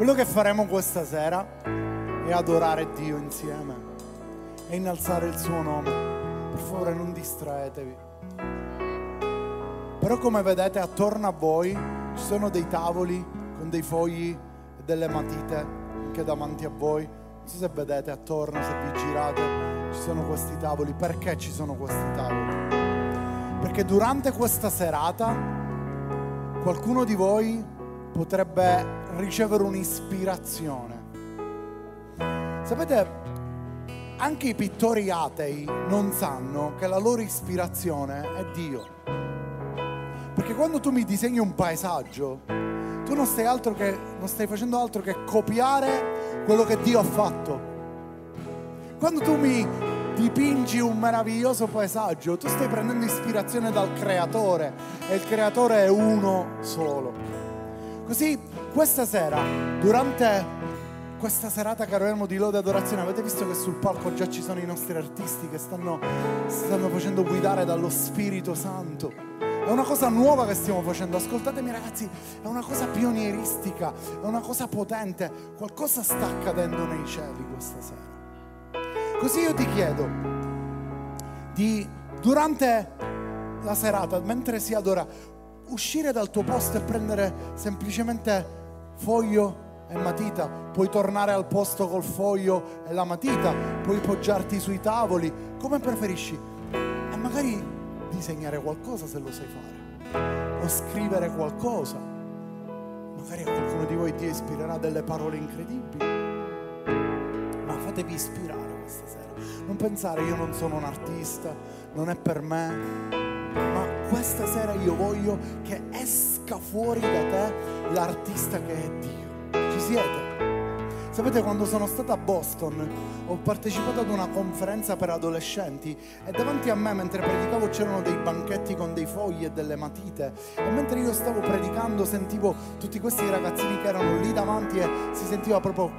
Quello che faremo questa sera è adorare Dio insieme e innalzare il suo nome. Per favore non distraetevi. Però come vedete attorno a voi ci sono dei tavoli con dei fogli e delle matite anche davanti a voi. Non so se vedete attorno, se vi girate, ci sono questi tavoli. Perché ci sono questi tavoli? Perché durante questa serata qualcuno di voi potrebbe ricevere un'ispirazione. Sapete, anche i pittori atei non sanno che la loro ispirazione è Dio. Perché quando tu mi disegni un paesaggio, tu non stai facendo altro che copiare quello che Dio ha fatto. Quando tu mi dipingi un meraviglioso paesaggio, tu stai prendendo ispirazione dal Creatore, e il Creatore è uno solo. Così questa sera, durante questa serata che avremo di lode e adorazione, avete visto che sul palco già ci sono i nostri artisti che stanno facendo guidare dallo Spirito Santo. È una cosa nuova che stiamo facendo, ascoltatemi ragazzi, è una cosa pionieristica, è una cosa potente, qualcosa sta accadendo nei cieli questa sera. Così io ti chiedo di, durante la serata, mentre si adora, uscire dal tuo posto e prendere semplicemente foglio e matita. Puoi tornare al posto col foglio e la matita, puoi poggiarti sui tavoli, come preferisci, e magari disegnare qualcosa se lo sai fare, o scrivere qualcosa. Magari a qualcuno di voi Dio ispirerà delle parole incredibili, ma fatevi ispirare questa sera. Non pensare io non sono un artista, non è per me, ma questa sera io voglio che esca fuori da te l'artista che è Dio. Ci siete? Sapete, quando sono stata a Boston ho partecipato ad una conferenza per adolescenti e davanti a me mentre predicavo c'erano dei banchetti con dei fogli e delle matite, e mentre io stavo predicando sentivo tutti questi ragazzini che erano lì davanti e si sentiva proprio...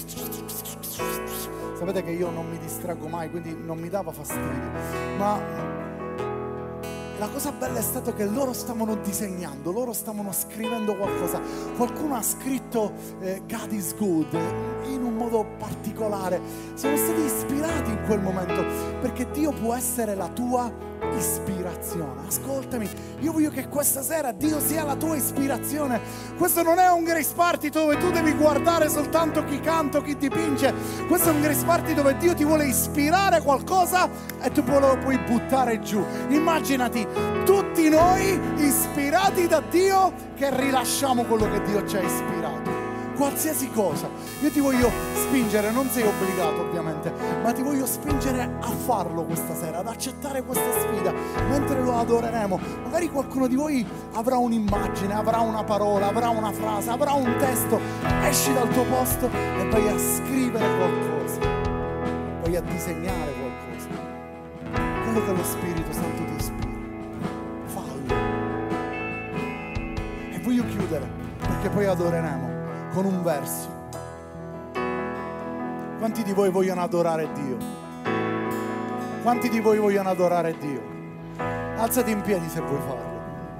Sapete che io non mi distraggo mai, quindi non mi dava fastidio, ma la cosa bella è stato che loro stavano disegnando, loro stavano scrivendo qualcosa. Qualcuno ha scritto God is good in un modo particolare. Sono stati ispirati in quel momento, perché Dio può essere la tua ispirazione. Ascoltami, io voglio che questa sera Dio sia la tua ispirazione. Questo non è un Grace Party dove tu devi guardare soltanto chi canta o chi dipinge. Questo è un Grace Party dove Dio ti vuole ispirare qualcosa e tu lo puoi buttare giù. Immaginati tutti noi ispirati da Dio che rilasciamo quello che Dio ci ha ispirato. Qualsiasi cosa. Io ti voglio spingere, non sei obbligato ovviamente, ma ti voglio spingere a farlo questa sera, ad accettare questa sfida mentre lo adoreremo. Magari qualcuno di voi avrà un'immagine, avrà una parola, avrà una frase, avrà un testo. Esci dal tuo posto e vai a scrivere qualcosa, vai a disegnare qualcosa, quello che lo Spirito Santo ti ispira. Fallo. E voglio chiudere, perché poi adoreremo con un verso. Quanti di voi vogliono adorare Dio? Quanti di voi vogliono adorare Dio? Alzati in piedi se vuoi farlo.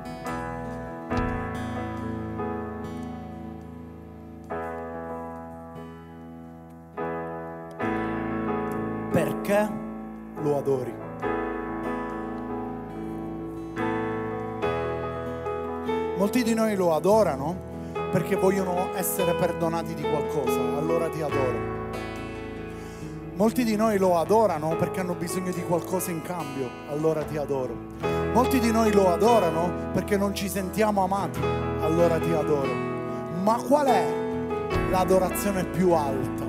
Perché lo adori? Molti di noi lo adorano perché vogliono essere perdonati di qualcosa, allora ti adoro. Molti di noi lo adorano perché hanno bisogno di qualcosa in cambio, allora ti adoro. Molti di noi lo adorano perché non ci sentiamo amati, allora ti adoro. Ma qual è l'adorazione più alta?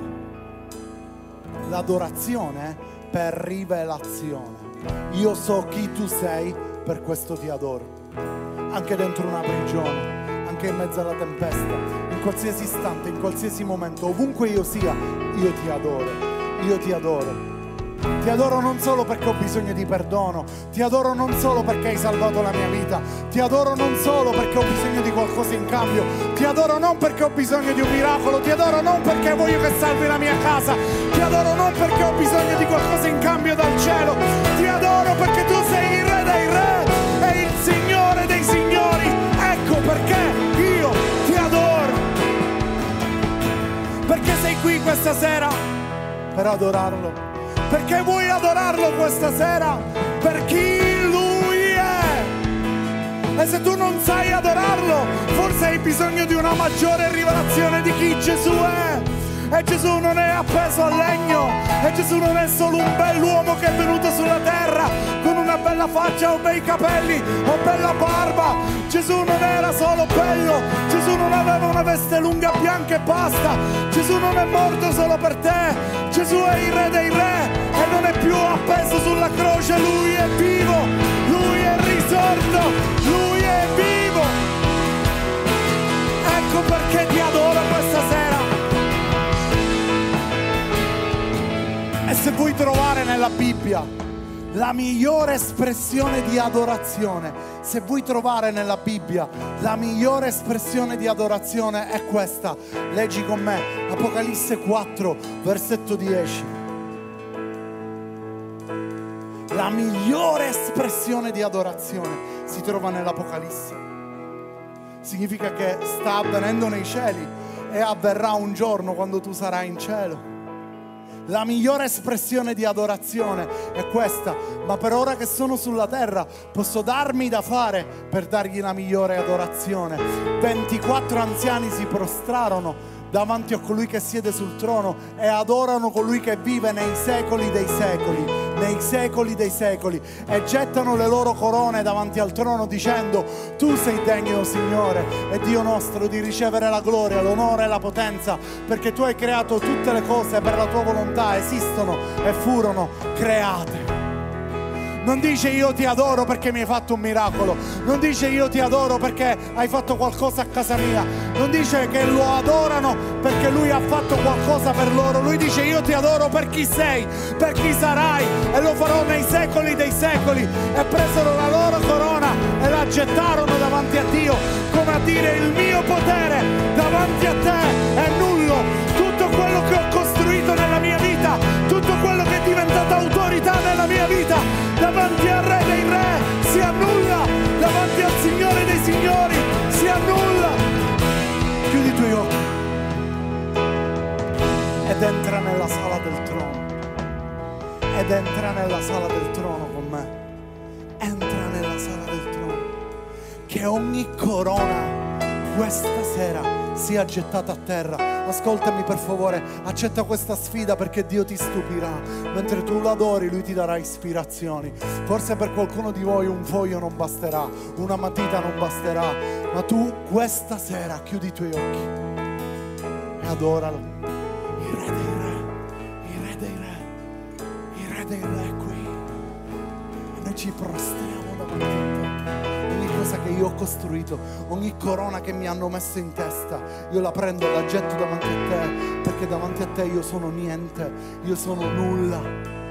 L'adorazione per rivelazione. Io so chi tu sei, per questo ti adoro. Anche dentro una prigione, anche in mezzo alla tempesta, in qualsiasi istante, in qualsiasi momento, ovunque io sia, io ti adoro. Io ti adoro. Ti adoro non solo perché ho bisogno di perdono, ti adoro non solo perché hai salvato la mia vita, ti adoro non solo perché ho bisogno di qualcosa in cambio, ti adoro non perché ho bisogno di un miracolo, ti adoro non perché voglio che salvi la mia casa, ti adoro non perché ho bisogno di qualcosa in cambio dal cielo, ti adoro perché tu sei il Re dei Re e il Signore dei Signori. Ecco perché io ti adoro. questa sera per adorarlo? Perché vuoi adorarlo questa sera? Per chi Lui è. E se tu non sai adorarlo, forse hai bisogno di una maggiore rivelazione di chi Gesù è. E Gesù non è appeso al legno, e Gesù non è solo un bell'uomo che è venuto sulla terra con una bella faccia o bei capelli o bella barba. Gesù non era solo bello, Gesù non aveva una veste lunga bianca e basta. Gesù non è morto solo per te, Gesù è il Re dei Re e non è più appeso sulla croce. Lui è vivo, Lui è risorto, Lui è vivo. Ecco perché ti adoro questa sera. E se vuoi trovare nella Bibbia la migliore espressione di adorazione, se vuoi trovare nella Bibbia la migliore espressione di adorazione è questa. Leggi con me Apocalisse 4, versetto 10. La migliore espressione di adorazione si trova nell'Apocalisse. Significa che sta avvenendo nei cieli e avverrà un giorno quando tu sarai in cielo. La migliore espressione di adorazione è questa, ma per ora che sono sulla terra posso darmi da fare per dargli la migliore adorazione. 24 anziani si prostrarono davanti a colui che siede sul trono e adorano colui che vive nei secoli dei secoli, nei secoli dei secoli, e gettano le loro corone davanti al trono dicendo: tu sei degno, Signore e Dio nostro, di ricevere la gloria, l'onore e la potenza, perché tu hai creato tutte le cose per la tua volontà, esistono e furono create. Non dice io ti adoro perché mi hai fatto un miracolo, non dice io ti adoro perché hai fatto qualcosa a casa mia, non dice che lo adorano perché lui ha fatto qualcosa per loro. Lui dice io ti adoro per chi sei, per chi sarai, e lo farò nei secoli dei secoli. E presero la loro corona e la gettarono davanti a Dio, come a dire: il mio potere davanti a te è nullo. Tutto quello che ho costruito nella mia vita, tutto quello che è diventato autorità nella mia vita, davanti al Re dei Re si annulla, davanti al Signore dei Signori si annulla. Chiudi i tuoi occhi ed entra nella sala del trono, ed entra nella sala del trono con me. Entra nella sala del trono, che ogni corona questa sera sia gettata a terra. Ascoltami per favore, accetta questa sfida perché Dio ti stupirà. Mentre tu lo adori, Lui ti darà ispirazioni. Forse per qualcuno di voi un foglio non basterà, una matita non basterà, ma tu questa sera chiudi i tuoi occhi e adoralo. Il Re dei Re, il Re dei Re, il Re dei Re è qui. E noi ci prostriamo davanti a te. Ogni cosa che io ho costruito, ogni corona che mi hanno messo in testa, io la prendo e la getto davanti a te, perché davanti a te io sono niente, io sono nulla.